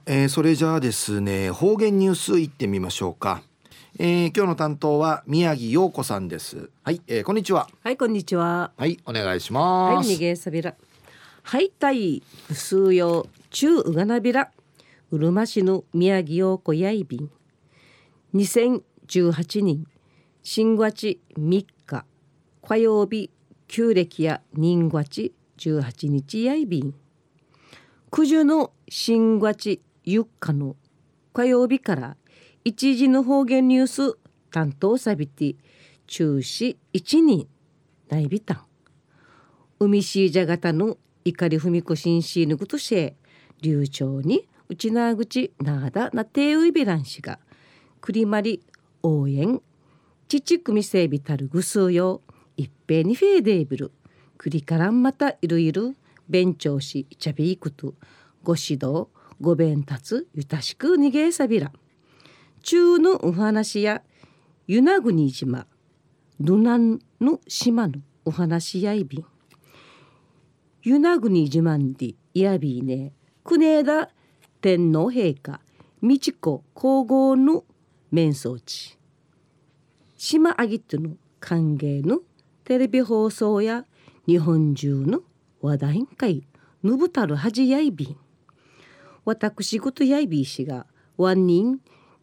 それじゃあですね、方言ニュースいってみましょうか。今日の担当は宮城陽子さんです。はい、こんにちは。 はい、こんにちは。 はい、お願いしはい、 ます。 にげさびら。はい、たい、うすうよ、ちゅううがなびら。うるま市の宮城陽子やいびん。2018年、新月3日、火曜日、旧暦や人月18日やいびん。九十の新月4日の火曜日から一時の方言ニュース担当さびて中止1人大ビタン海しいじゃがたの怒りふみこしんしぬぐとしえ流暢にうちなぐちなだなてういびらんしがくりまり応援ちちくみせいびたるぐすうよ一平にフェーデーブルくりからんまたいるいる弁長しちゃびいくとご指導ご弁達ゆたしくにげさびら中のお話や与那国島ルナンの島のお話やいびん与那国島んでやびね国枝天皇陛下美智子皇后の面相地島あぎとの歓迎のテレビ放送や日本中の話題会ぬぶたるはじやいびん私ことやいびいしがワン人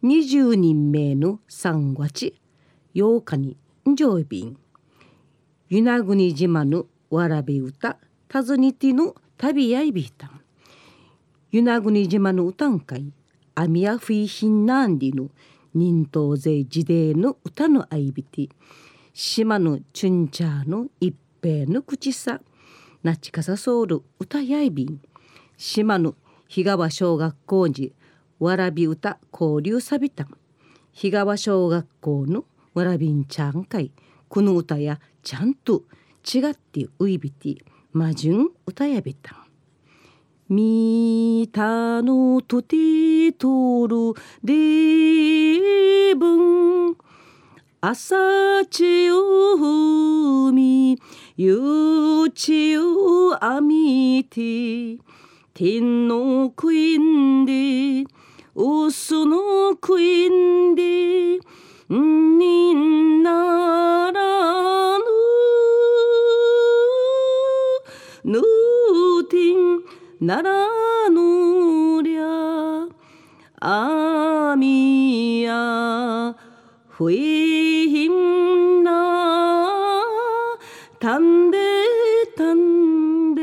20人目の3月8日にんじょいびん与那国島のわらび歌訪ねての旅やいびいたん与那国島の歌ん会アミヤフィヒンナンディの人頭勢時代の歌のあいびて島のチュンチャーの一平の口さなちかさそうる歌やいびん島の日川小学校にわらび歌交流さびたん日川小学校のわらびんちゃん会この歌やちゃんと違ってういびてまじゅん歌やびたんみたのとてとるでぶん朝ちうみゆちうあみて天のクイーンでオスのクイーンでにならぬてんならぬりゃあみやふいひんなたんでたんで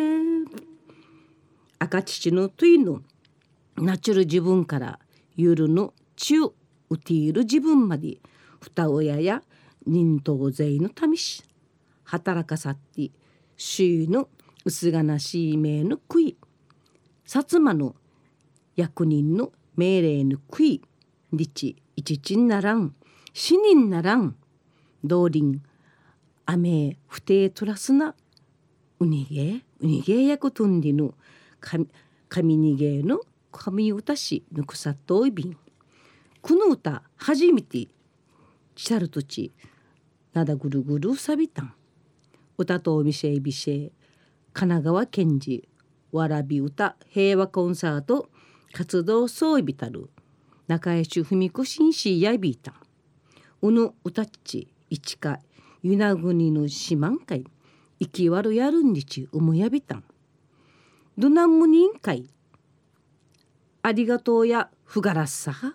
赤父のといのナチュル自分からゆるのちゅうている自分まで二親や人頭勢のためし働かさって周囲の薄がなしい名の食い薩摩の役人の命令の食い日一ちんならん死人ならん道林雨不定トラスなうにげやくとんりの神にげの神歌しぬくさといびんこの歌初めてちたるとちなだぐるぐるさびたん歌とおみせいびせ神奈川県寺わらび歌平和コンサート活動そういびたる中江主文子紳士やいびいたんうぬ歌ち一か与那国の四万会生きわるやるんにちうむやびたんどなんむにんかいありがとうやふがらっさは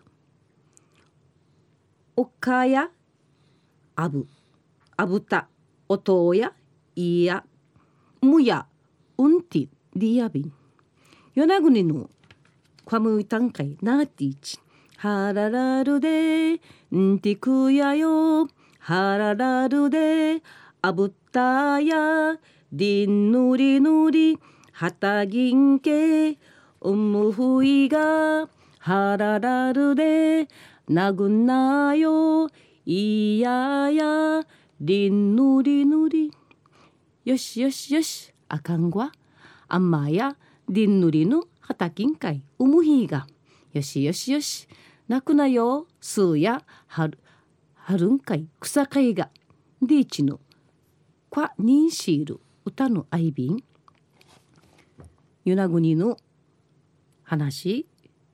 おっかやあぶたおとうやいやむやうんてりやびん与那国のかむいたんかいなーていちはららるでんてくやよはららるであぶったやりんぬりぬりはたぎんけむふいがはららるでなぐなよいややりんぬりぬりよしよしよしあかんわあんまやりんぬりのはたきんかいうむひがよしよしよしなくなよすうやはるんかい草かいがでいちのkwa にんしーる歌のあいびん与那国の話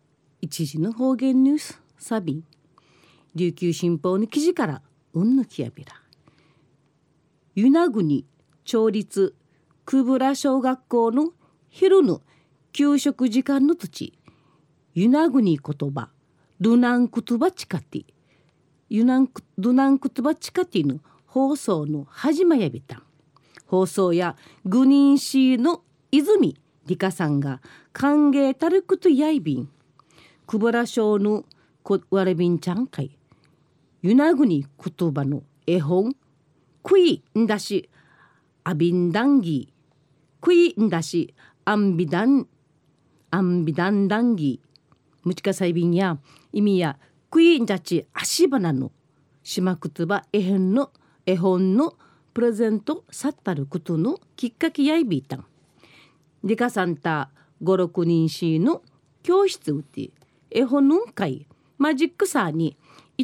一時の方言ニュースサビン琉球新報の記事からうんぬきやびら与那国町立久部良小学校の昼の給食時間の土地与那国言葉ルナン言葉チカティルナン言葉チカティの放送の始まやびた放送やグニンシーの泉理香さんが歓迎たることやいびん久保良小のわれびんちゃんかい与那国言葉の絵本クイんだしアビンダンギークイんだしアンビダンダンギームチカサイビンや意味やクイんだち足花の島言葉絵本のプレゼントさったることのきっかけやいびいたんリカさんた5、6人しの教室うて絵本のんかいマジックサーに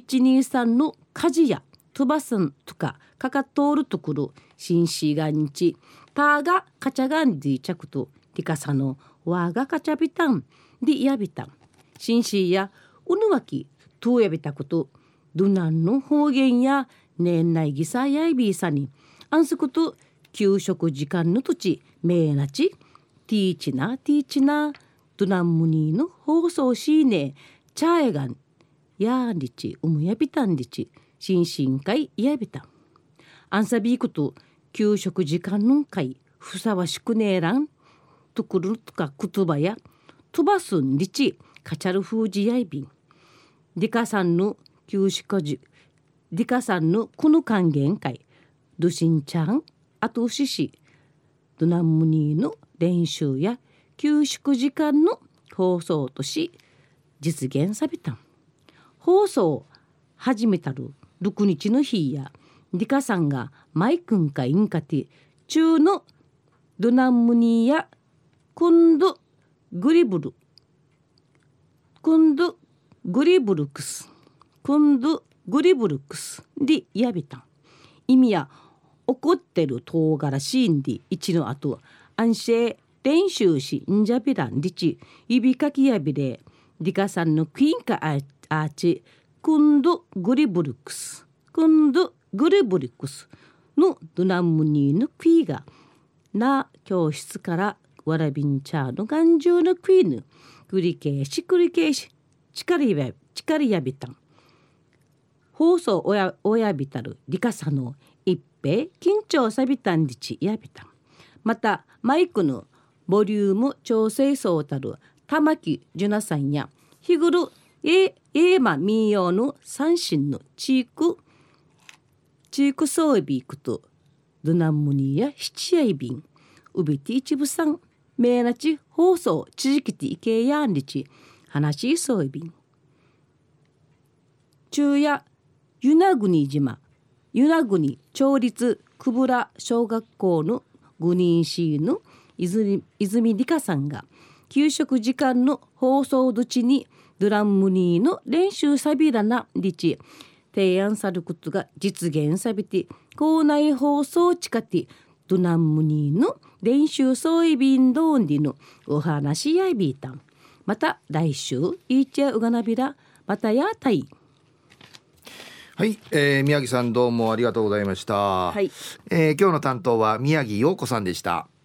123の家事や飛ばすんとかかかっとおるところ新しがんちたがかちゃがんでいちゃくとリカさのわがかちゃびたんでやびたん新しやうぬわきとやびたことどなんの方言や年内ぎさやいびいさにあんすこと給食時間の土地めいなちティーチナドナンムニーの放送しねチャエガンやんりちやびたんりち新進会やびたんあんさびいこと給食時間の会ふさわしくねえらんとくるとか言葉や飛ばすんりちカチャルフージやいびんリカさんの給食時リカさんのこの還元会ドシンちゃんあとししドナンムニーの練習や給食時間の放送とし実現さびたん放送始めたる6日の日やリカさんがマイクンかインカティ中のドナンムニーやクンドグリブルクスでやびたん意味や怒ってる唐辛子んで一の後安心練習しんじゃびらんりち指かきやびれリカさんのクイーンかアーチクンドグリブルクスのドナンムニーのクイがな教室からわらびんちゃの眼中のクイヌ繰り返し力やびたん放送おやびたるリカさの一平緊張さびたんりちやびたんまたマイクのボリューム調整そうたる玉木ジュナさんや日頃民謡の三振のチークソービークとドナンムニーや七やいびんうびて一部さんめいなち放送ちじきていけやんりち話しそういびん中夜与那国町立久部良小学校の5人市の泉理香さんが給食時間の放送土地にドラムニーの練習サビラなりち提案されることが実現さびて校内放送地下てドラムニーの練習ソイビンドーンディのお話やいびいたんまた来週いちやうがなびらまたやたいはい、宮城さんどうもありがとうございました、 はい今日の担当は宮城陽子さんでした。